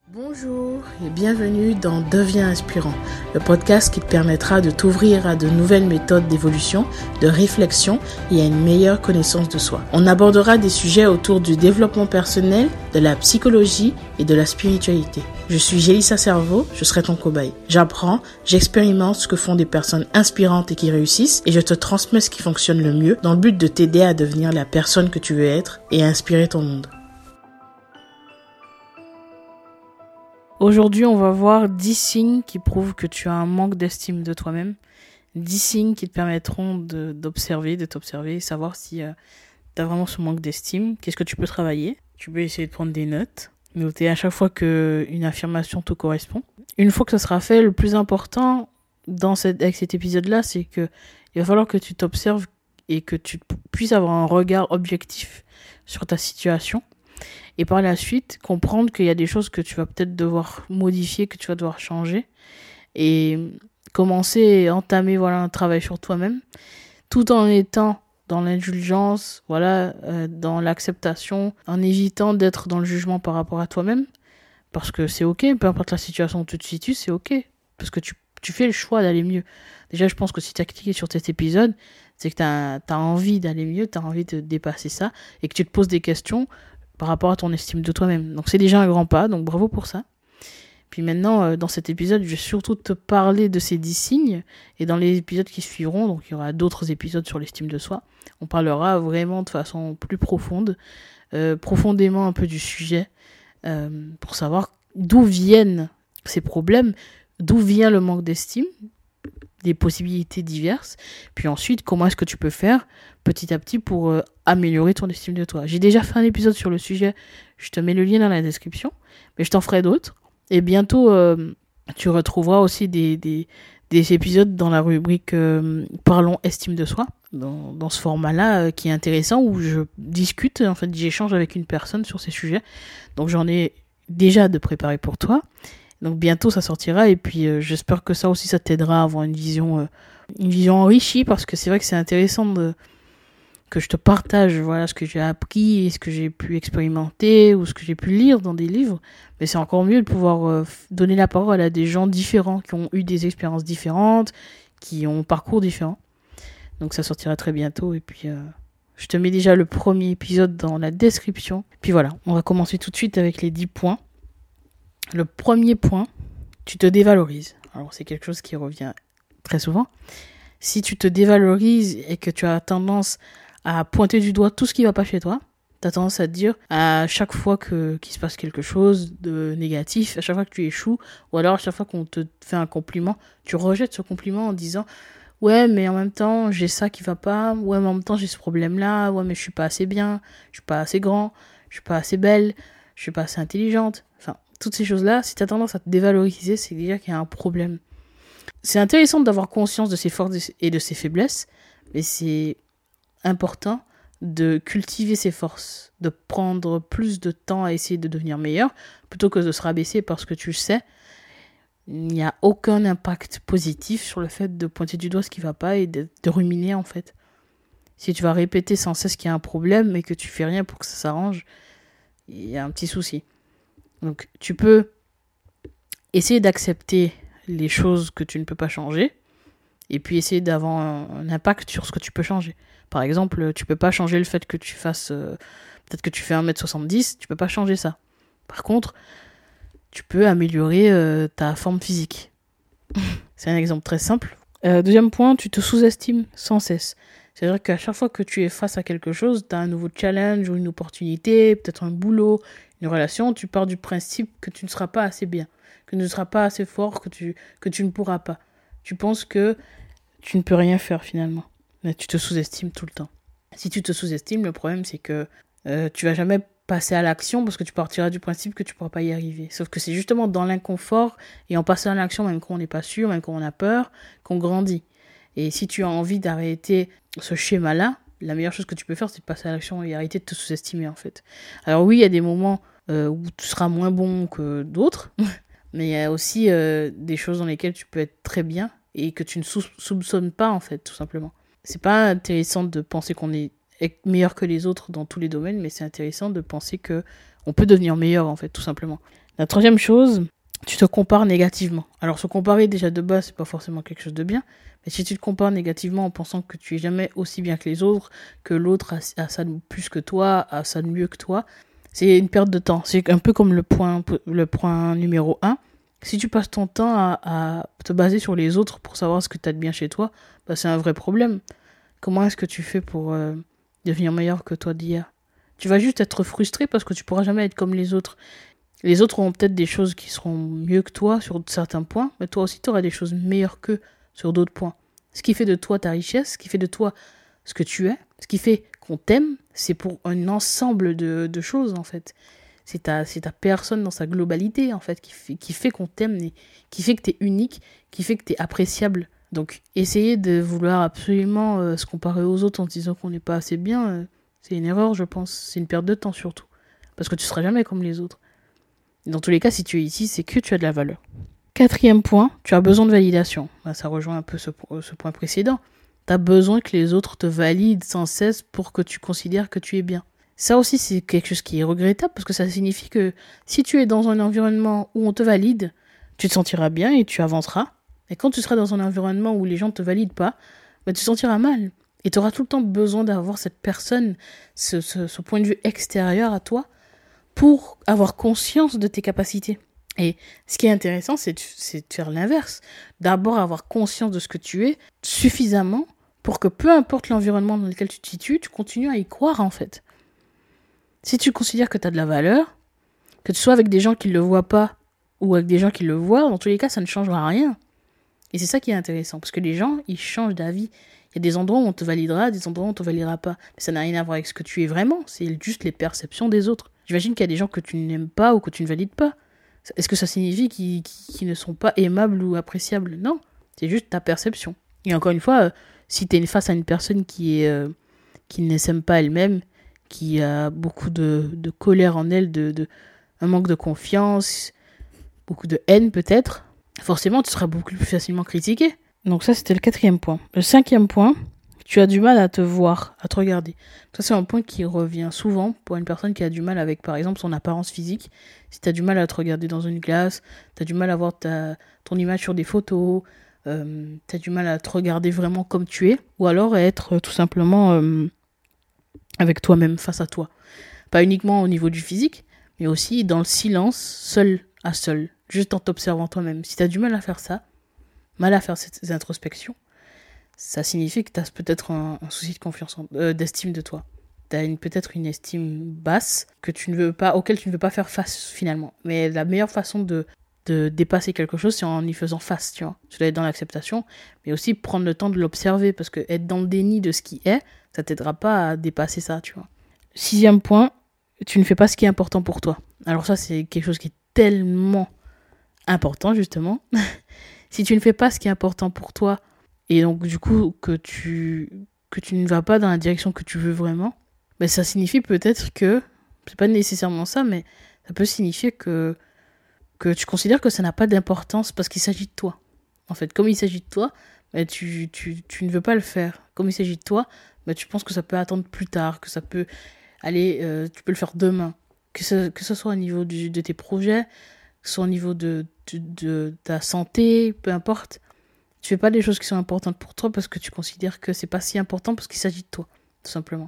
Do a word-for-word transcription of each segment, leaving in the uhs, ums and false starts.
Bonjour et bienvenue dans Deviens inspirant, le podcast qui te permettra de t'ouvrir à de nouvelles méthodes d'évolution, de réflexion et à une meilleure connaissance de soi. On abordera des sujets autour du développement personnel, de la psychologie et de la spiritualité. Je suis Jélissa Cerveau, je serai ton cobaye. J'apprends, j'expérimente ce que font des personnes inspirantes et qui réussissent et je te transmets ce qui fonctionne le mieux dans le but de t'aider à devenir la personne que tu veux être et à inspirer ton monde. Aujourd'hui, on va voir dix signes qui prouvent que tu as un manque d'estime de toi-même. dix signes qui te permettront de, d'observer, de t'observer et savoir si euh, tu as vraiment ce manque d'estime. Qu'est-ce que tu peux travailler ? Tu peux essayer de prendre des notes, noter à chaque fois qu'une affirmation te correspond. Une fois que ça sera fait, le plus important dans cette, avec cet épisode-là, c'est que il va falloir que tu t'observes et que tu puisses avoir un regard objectif sur ta situation. Et par la suite, comprendre qu'il y a des choses que tu vas peut-être devoir modifier, que tu vas devoir changer. Et commencer à entamer voilà, un travail sur toi-même, tout en étant dans l'indulgence, voilà, euh, dans l'acceptation, en évitant d'être dans le jugement par rapport à toi-même. Parce que c'est ok, peu importe la situation où tu te situes, c'est ok. Parce que tu, tu fais le choix d'aller mieux. Déjà, je pense que si tu as cliqué sur cet épisode, c'est que tu as envie d'aller mieux, tu as envie de dépasser ça, et que tu te poses des questions par rapport à ton estime de toi-même. Donc c'est déjà un grand pas, donc bravo pour ça. Puis maintenant, euh, dans cet épisode, je vais surtout te parler de ces dix signes, et dans les épisodes qui suivront, donc il y aura d'autres épisodes sur l'estime de soi, on parlera vraiment de façon plus profonde, euh, profondément un peu du sujet, euh, pour savoir d'où viennent ces problèmes, d'où vient le manque d'estime, des possibilités diverses, puis ensuite, comment est-ce que tu peux faire petit à petit pour euh, améliorer ton estime de toi. J'ai déjà fait un épisode sur le sujet, je te mets le lien dans la description, mais je t'en ferai d'autres, et bientôt, euh, tu retrouveras aussi des, des, des épisodes dans la rubrique euh, Parlons estime de soi, dans, dans ce format-là, euh, qui est intéressant, où je discute, en fait, j'échange avec une personne sur ces sujets, donc j'en ai déjà de préparé pour toi. Donc bientôt ça sortira et puis euh, j'espère que ça aussi ça t'aidera à avoir une vision, euh, une vision enrichie, parce que c'est vrai que c'est intéressant de, que je te partage voilà, ce que j'ai appris et ce que j'ai pu expérimenter ou ce que j'ai pu lire dans des livres. Mais c'est encore mieux de pouvoir euh, donner la parole à des gens différents, qui ont eu des expériences différentes, qui ont un parcours différent. Donc ça sortira très bientôt et puis euh, je te mets déjà le premier épisode dans la description. Puis voilà, on va commencer tout de suite avec les dix points. Le premier point, tu te dévalorises. Alors, c'est quelque chose qui revient très souvent. Si tu te dévalorises et que tu as tendance à pointer du doigt tout ce qui ne va pas chez toi, tu as tendance à te dire à chaque fois que, qu'il se passe quelque chose de négatif, à chaque fois que tu échoues, ou alors à chaque fois qu'on te fait un compliment, tu rejettes ce compliment en disant « Ouais, mais en même temps, j'ai ça qui ne va pas. Ouais, mais en même temps, j'ai ce problème-là. Ouais, mais je ne suis pas assez bien. Je ne suis pas assez grand. Je ne suis pas assez belle. Je ne suis pas assez intelligente. » Enfin, toutes ces choses-là, si tu as tendance à te dévaloriser, c'est déjà qu'il y a un problème. C'est intéressant d'avoir conscience de ses forces et de ses faiblesses, mais c'est important de cultiver ses forces, de prendre plus de temps à essayer de devenir meilleur, plutôt que de se rabaisser parce que tu sais, il n'y a aucun impact positif sur le fait de pointer du doigt ce qui ne va pas et de, de ruminer en fait. Si tu vas répéter sans cesse qu'il y a un problème et que tu fais rien pour que ça s'arrange, il y a un petit souci. Donc, tu peux essayer d'accepter les choses que tu ne peux pas changer et puis essayer d'avoir un, un impact sur ce que tu peux changer. Par exemple, tu peux pas changer le fait que tu fasses... Euh, peut-être que tu fais un mètre soixante-dix, tu peux pas changer ça. Par contre, tu peux améliorer euh, ta forme physique. C'est un exemple très simple. Euh, deuxième point, tu te sous-estimes sans cesse. C'est-à-dire qu'à chaque fois que tu es face à quelque chose, tu as un nouveau challenge ou une opportunité, peut-être un boulot, une relation, tu pars du principe que tu ne seras pas assez bien, que tu ne seras pas assez fort, que tu, que tu ne pourras pas. Tu penses que tu ne peux rien faire finalement. Mais tu te sous-estimes tout le temps. Si tu te sous-estimes, le problème c'est que euh, tu vas jamais passer à l'action parce que tu partiras du principe que tu ne pourras pas y arriver. Sauf que c'est justement dans l'inconfort et en passant à l'action, même quand on n'est pas sûr, même quand on a peur, qu'on grandit. Et si tu as envie d'arrêter ce schéma-là, la meilleure chose que tu peux faire, c'est de passer à l'action et arrêter de te sous-estimer, en fait. Alors oui, il y a des moments euh, où tu seras moins bon que d'autres, mais il y a aussi euh, des choses dans lesquelles tu peux être très bien et que tu ne sou- soupçonnes pas, en fait, tout simplement. C'est pas intéressant de penser qu'on est meilleur que les autres dans tous les domaines, mais c'est intéressant de penser que on peut devenir meilleur, en fait, tout simplement. La troisième chose, tu te compares négativement. Alors se comparer déjà de base, c'est pas forcément quelque chose de bien, mais si tu te compares négativement en pensant que tu es jamais aussi bien que les autres, que l'autre a, a ça de plus que toi, a ça de mieux que toi, c'est une perte de temps. C'est un peu comme le point, le point numéro un. Si tu passes ton temps à, à te baser sur les autres pour savoir ce que tu as de bien chez toi, bah c'est un vrai problème. Comment est-ce que tu fais pour euh, devenir meilleur que toi d'hier? Tu vas juste être frustré parce que tu pourras jamais être comme les autres. Les autres auront peut-être des choses qui seront mieux que toi sur certains points, mais toi aussi tu auras des choses meilleures qu'eux sur d'autres points. Ce qui fait de toi ta richesse, ce qui fait de toi ce que tu es, ce qui fait qu'on t'aime, c'est pour un ensemble de, de choses en fait. C'est ta, c'est ta personne dans sa globalité en fait qui fait, qui fait qu'on t'aime, qui fait que t'es unique, qui fait que t'es appréciable. Donc essayer de vouloir absolument euh, se comparer aux autres en te disant qu'on n'est pas assez bien, euh, c'est une erreur je pense, c'est une perte de temps surtout. Parce que tu seras jamais comme les autres. Dans tous les cas, si tu es ici, c'est que tu as de la valeur. Quatrième point, tu as besoin de validation. Bah, ça rejoint un peu ce, ce point précédent. Tu as besoin que les autres te valident sans cesse pour que tu considères que tu es bien. Ça aussi, c'est quelque chose qui est regrettable parce que ça signifie que si tu es dans un environnement où on te valide, tu te sentiras bien et tu avanceras. Et quand tu seras dans un environnement où les gens ne te valident pas, bah, tu te sentiras mal. Et tu auras tout le temps besoin d'avoir cette personne, ce, ce, ce point de vue extérieur à toi, pour avoir conscience de tes capacités. Et ce qui est intéressant, c'est de, c'est de faire l'inverse. D'abord avoir conscience de ce que tu es suffisamment pour que peu importe l'environnement dans lequel tu te situes, tu continues à y croire en fait. Si tu considères que tu as de la valeur, que tu sois avec des gens qui ne le voient pas ou avec des gens qui le voient, dans tous les cas, ça ne changera rien. Et c'est ça qui est intéressant, parce que les gens, ils changent d'avis. Il y a des endroits où on te validera, des endroits où on te validera pas. Mais ça n'a rien à voir avec ce que tu es vraiment, c'est juste les perceptions des autres. J'imagine qu'il y a des gens que tu n'aimes pas ou que tu ne valides pas. Est-ce que ça signifie qu'ils, qu'ils ne sont pas aimables ou appréciables? Non, c'est juste ta perception. Et encore une fois, euh, si tu es face à une personne qui, est, euh, qui ne s'aime pas elle-même, qui a beaucoup de, de colère en elle, de, de, un manque de confiance, beaucoup de haine peut-être, forcément tu seras beaucoup plus facilement critiqué. Donc ça, c'était le quatrième point. Le cinquième point, tu as du mal à te voir, à te regarder. Ça, c'est un point qui revient souvent pour une personne qui a du mal avec, par exemple, son apparence physique. Si tu as du mal à te regarder dans une glace, tu as du mal à voir ta, ton image sur des photos, euh, tu as du mal à te regarder vraiment comme tu es, ou alors à être euh, tout simplement euh, avec toi-même, face à toi. Pas uniquement au niveau du physique, mais aussi dans le silence, seul à seul, juste en t'observant toi-même. Si tu as du mal à faire ça, mal à faire ces introspections, ça signifie que tu as peut-être un, un souci de confiance, en, euh, d'estime de toi. Tu as une, peut-être une estime basse que tu ne veux pas, auquel tu ne veux pas faire face finalement. Mais la meilleure façon de, de dépasser quelque chose, c'est en y faisant face, tu vois. Tu dois être dans l'acceptation, mais aussi prendre le temps de l'observer, parce que être dans le déni de ce qui est, ça t'aidera pas à dépasser ça, tu vois. Sixième point, tu ne fais pas ce qui est important pour toi. Alors ça, c'est quelque chose qui est tellement important, justement. Si tu ne fais pas ce qui est important pour toi, et donc du coup que tu, que tu ne vas pas dans la direction que tu veux vraiment, ben, ça signifie peut-être que, c'est pas nécessairement ça, mais ça peut signifier que, que tu considères que ça n'a pas d'importance parce qu'il s'agit de toi. En fait, comme il s'agit de toi, ben, tu, tu, tu ne veux pas le faire. Comme il s'agit de toi, ben, tu penses que ça peut attendre plus tard, que ça peut aller, euh, tu peux le faire demain. Que ce, que ce soit au niveau du, de tes projets, que ce soit au niveau de, de, de ta santé, peu importe. Tu fais pas des choses qui sont importantes pour toi parce que tu considères que c'est pas si important parce qu'il s'agit de toi, tout simplement.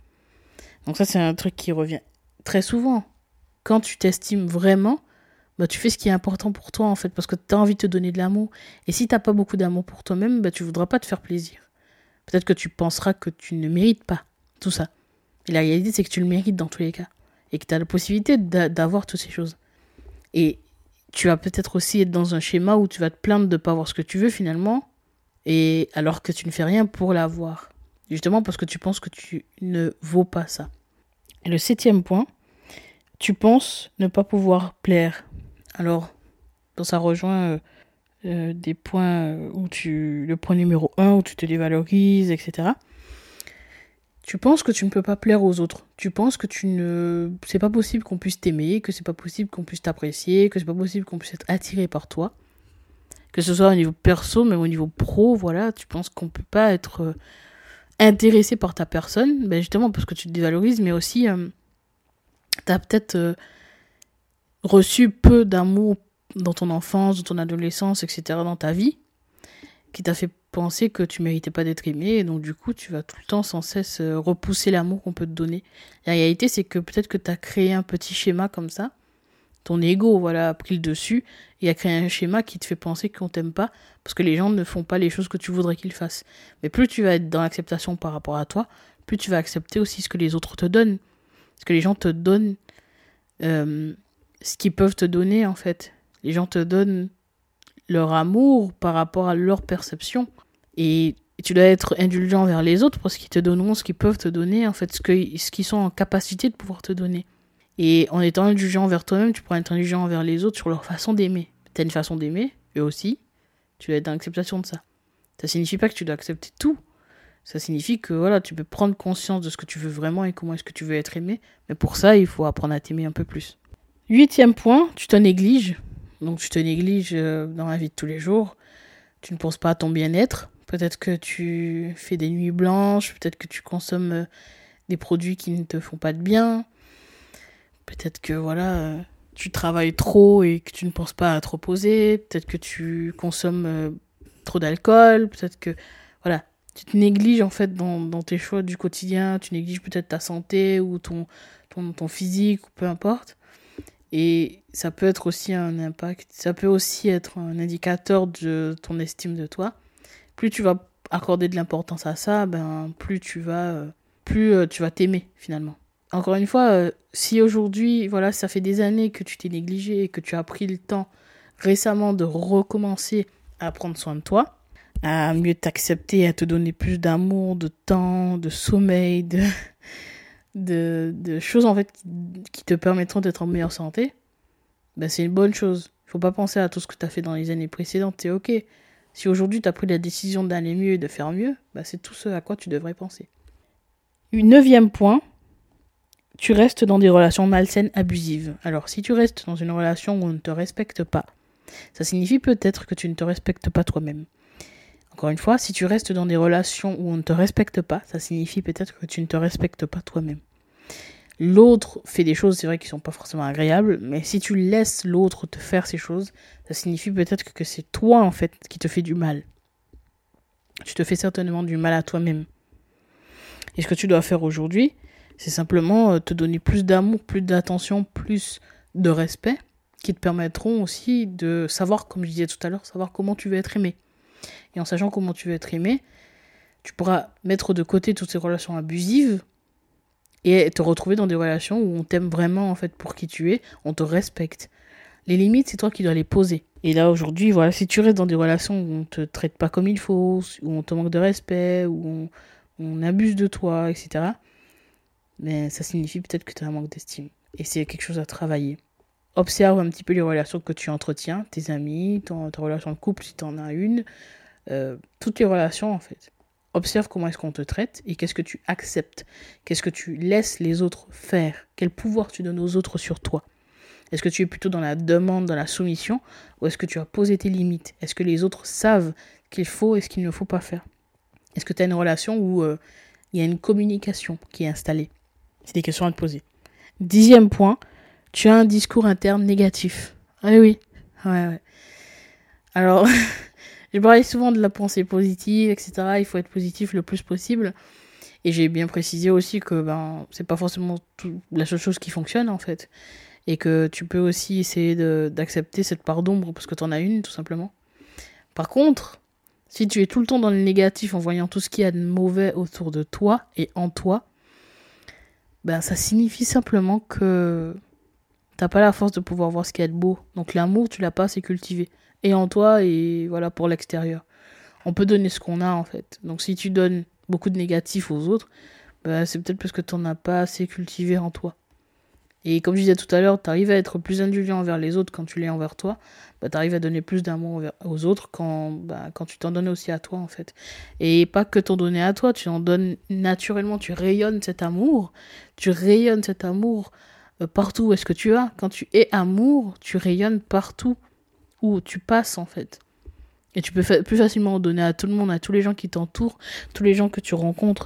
Donc ça, c'est un truc qui revient très souvent. Quand tu t'estimes vraiment, bah, tu fais ce qui est important pour toi, en fait, parce que tu as envie de te donner de l'amour. Et si t'as pas beaucoup d'amour pour toi-même, bah, tu voudras pas te faire plaisir. Peut-être que tu penseras que tu ne mérites pas tout ça. Et la réalité, c'est que tu le mérites dans tous les cas. Et que tu as la possibilité d'avoir toutes ces choses. Et tu vas peut-être aussi être dans un schéma où tu vas te plaindre de ne pas avoir ce que tu veux finalement, et alors que tu ne fais rien pour l'avoir. Justement parce que tu penses que tu ne vaux pas ça. Et le septième point, tu penses ne pas pouvoir plaire. Alors, ça rejoint euh, euh, des points où tu... Le point numéro un, où tu te dévalorises, et cetera. Tu penses que tu ne peux pas plaire aux autres. Tu penses que tu ne... c'est pas possible qu'on puisse t'aimer, que c'est pas possible qu'on puisse t'apprécier, que c'est pas possible qu'on puisse être attiré par toi. Que ce soit au niveau perso, même au niveau pro, voilà, tu penses qu'on peut pas être euh, intéressé par ta personne, ben justement parce que tu te dévalorises, mais aussi euh, t'as peut-être euh, reçu peu d'amour dans ton enfance, dans ton adolescence, et cetera, dans ta vie, qui t'a fait penser que tu méritais pas d'être aimé, et donc du coup, tu vas tout le temps sans cesse euh, repousser l'amour qu'on peut te donner. La réalité, c'est que peut-être que tu as créé un petit schéma comme ça, ton ego, voilà, a pris le dessus, et a créé un schéma qui te fait penser qu'on t'aime pas, parce que les gens ne font pas les choses que tu voudrais qu'ils fassent. Mais plus tu vas être dans l'acceptation par rapport à toi, plus tu vas accepter aussi ce que les autres te donnent. Parce que les gens te donnent euh, ce qu'ils peuvent te donner, en fait. Les gens te donnent leur amour par rapport à leur perception. Et tu dois être indulgent vers les autres parce qu'ils te donneront ce qu'ils peuvent te donner, en fait, ce, que, ce qu'ils sont en capacité de pouvoir te donner. Et en étant indulgent envers toi-même, tu pourras être indulgent envers les autres sur leur façon d'aimer. Tu as une façon d'aimer, eux aussi, tu dois être dans l'acceptation de ça. Ça signifie pas que tu dois accepter tout. Ça signifie que voilà, tu peux prendre conscience de ce que tu veux vraiment et comment est-ce que tu veux être aimé. Mais pour ça, il faut apprendre à t'aimer un peu plus. Huitième point, tu te négliges. Donc tu te négliges dans la vie de tous les jours. Tu ne penses pas à ton bien-être. Peut-être que tu fais des nuits blanches. Peut-être que tu consommes des produits qui ne te font pas de bien. Peut-être que voilà, tu travailles trop et que tu ne penses pas à te reposer. Peut-être que tu consommes trop d'alcool. Peut-être que voilà, tu te négliges en fait dans, dans tes choix du quotidien. Tu négliges peut-être ta santé ou ton, ton, ton physique ou peu importe. Et ça peut être aussi un impact. Ça peut aussi être un indicateur de ton estime de toi. Plus tu vas accorder de l'importance à ça, ben plus tu vas, plus tu vas t'aimer finalement. Encore une fois, euh, si aujourd'hui, voilà, ça fait des années que tu t'es négligé et que tu as pris le temps récemment de recommencer à prendre soin de toi, à mieux t'accepter, à te donner plus d'amour, de temps, de sommeil, de, de, de choses en fait qui, qui te permettront d'être en meilleure santé, ben c'est une bonne chose. Il faut pas penser à tout ce que tu as fait dans les années précédentes, c'est ok. Si aujourd'hui tu as pris la décision d'aller mieux et de faire mieux, ben c'est tout ce à quoi tu devrais penser. Neuvième point, tu restes dans des relations malsaines, abusives. Alors, si tu restes dans une relation où on ne te respecte pas, ça signifie peut-être que tu ne te respectes pas toi-même. Encore une fois, si tu restes dans des relations où on ne te respecte pas, ça signifie peut-être que tu ne te respectes pas toi-même. L'autre fait des choses, c'est vrai, qui ne sont pas forcément agréables, mais si tu laisses l'autre te faire ces choses, ça signifie peut-être que c'est toi, en fait, qui te fais du mal. Tu te fais certainement du mal à toi-même. Et ce que tu dois faire aujourd'hui, c'est simplement te donner plus d'amour, plus d'attention, plus de respect, qui te permettront aussi de savoir, comme je disais tout à l'heure, savoir comment tu veux être aimé. Et en sachant comment tu veux être aimé, tu pourras mettre de côté toutes ces relations abusives et te retrouver dans des relations où on t'aime vraiment en fait pour qui tu es, on te respecte. Les limites, c'est toi qui dois les poser. Et là, aujourd'hui, voilà, si tu restes dans des relations où on te traite pas comme il faut, où on te manque de respect, où on, on abuse de toi, et cetera, mais ça signifie peut-être que tu as un manque d'estime. Et c'est quelque chose à travailler. Observe un petit peu les relations que tu entretiens, tes amis, ton, ta relation de couple si tu en as une, euh, toutes les relations en fait. Observe comment est-ce qu'on te traite et qu'est-ce que tu acceptes, qu'est-ce que tu laisses les autres faire, quel pouvoir tu donnes aux autres sur toi. Est-ce que tu es plutôt dans la demande, dans la soumission, ou est-ce que tu as posé tes limites? Est-ce que les autres savent ce qu'il faut et ce qu'il ne faut pas faire? Est-ce que tu as une relation où il euh, y a une communication qui est installée? C'est des questions à te poser. Dixième point, tu as un discours interne négatif. Ah oui, ouais, ouais. Alors, je parlais souvent de la pensée positive, et cetera. Il faut être positif le plus possible. Et j'ai bien précisé aussi que ben, c'est pas forcément tout, la seule chose qui fonctionne, en fait. Et que tu peux aussi essayer de, d'accepter cette part d'ombre parce que tu en as une, tout simplement. Par contre, si tu es tout le temps dans le négatif en voyant tout ce qu'il y a de mauvais autour de toi et en toi, ben ça signifie simplement que t'as pas la force de pouvoir voir ce qu'il y a de beau. Donc l'amour, tu l'as pas assez cultivé. Et en toi, et voilà, pour l'extérieur. On peut donner ce qu'on a, en fait. Donc si tu donnes beaucoup de négatif aux autres, ben, c'est peut-être parce que t'en as pas assez cultivé en toi. Et comme je disais tout à l'heure, t'arrives à être plus indulgent envers les autres quand tu l'es envers toi. Bah, t'arrives à donner plus d'amour aux autres quand, bah, quand tu t'en donnes aussi à toi, en fait. Et pas que t'en donner à toi, tu en donnes naturellement, tu rayonnes cet amour. Tu rayonnes cet amour euh, partout où est-ce que tu vas. Quand tu es amour, tu rayonnes partout où tu passes, en fait. Et tu peux fa- plus facilement en donner à tout le monde, à tous les gens qui t'entourent, tous les gens que tu rencontres.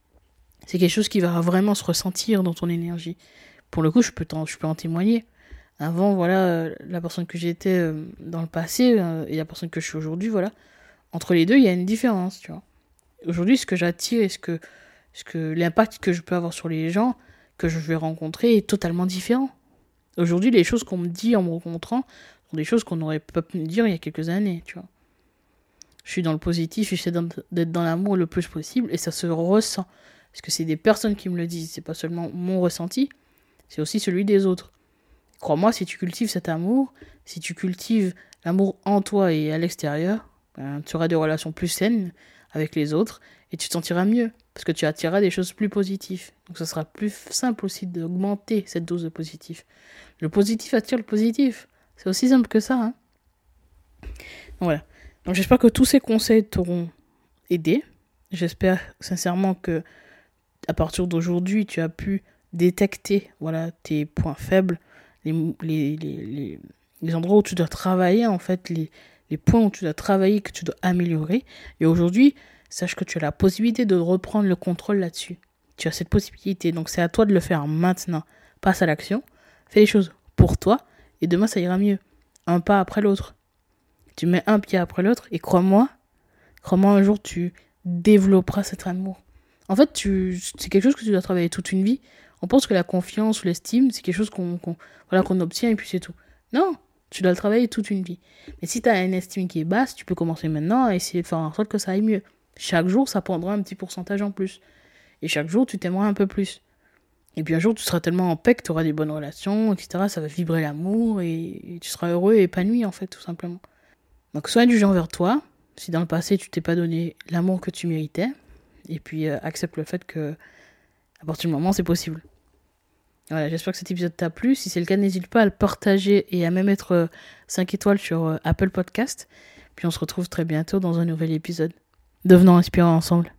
C'est quelque chose qui va vraiment se ressentir dans ton énergie. Pour le coup, je peux, t'en, je peux en témoigner. Avant, voilà, euh, la personne que j'étais euh, dans le passé euh, et la personne que je suis aujourd'hui, voilà. Entre les deux, il y a une différence, tu vois. Aujourd'hui, ce que j'attire et ce que, ce que l'impact que je peux avoir sur les gens que je vais rencontrer est totalement différent. Aujourd'hui, les choses qu'on me dit en me rencontrant sont des choses qu'on n'aurait pas pu me dire il y a quelques années, tu vois. Je suis dans le positif, j'essaie d'être dans l'amour le plus possible et ça se ressent. Parce que c'est des personnes qui me le disent, c'est pas seulement mon ressenti, c'est aussi celui des autres. Crois-moi, si tu cultives cet amour, si tu cultives l'amour en toi et à l'extérieur, ben, tu auras des relations plus saines avec les autres et tu te sentiras mieux parce que tu attireras des choses plus positives. Donc ça sera plus simple aussi d'augmenter cette dose de positif. Le positif attire le positif. C'est aussi simple que ça. Hein. Donc voilà. Donc j'espère que tous ces conseils t'auront aidé. J'espère sincèrement que à partir d'aujourd'hui, tu as pu détecter voilà, tes points faibles, les, les, les, les, les endroits où tu dois travailler, en fait, les, les points où tu dois travailler, que tu dois améliorer. Et aujourd'hui, sache que tu as la possibilité de reprendre le contrôle là-dessus. Tu as cette possibilité, donc c'est à toi de le faire maintenant. Passe à l'action, fais les choses pour toi, et demain ça ira mieux. Un pas après l'autre. Tu mets un pied après l'autre, et crois-moi, crois-moi, un jour tu développeras cet amour. En fait, tu, c'est quelque chose que tu dois travailler toute une vie. On pense que la confiance ou l'estime, c'est quelque chose qu'on, qu'on, voilà, qu'on obtient et puis c'est tout. Non, tu dois le travailler toute une vie. Mais si tu as une estime qui est basse, tu peux commencer maintenant à essayer de faire en sorte que ça aille mieux. Chaque jour, ça prendra un petit pourcentage en plus. Et chaque jour, tu t'aimeras un peu plus. Et puis un jour, tu seras tellement en paix que tu auras des bonnes relations, et cetera. Ça va vibrer l'amour et, et tu seras heureux et épanoui, en fait, tout simplement. Donc, sois indulgent envers toi. Si dans le passé, tu t'es pas donné l'amour que tu méritais, et puis euh, accepte le fait que, à partir du moment, c'est possible. Voilà, j'espère que cet épisode t'a plu. Si c'est le cas, n'hésite pas à le partager et à même mettre euh, cinq étoiles sur euh, Apple Podcast. Puis on se retrouve très bientôt dans un nouvel épisode. Devenons inspirants ensemble.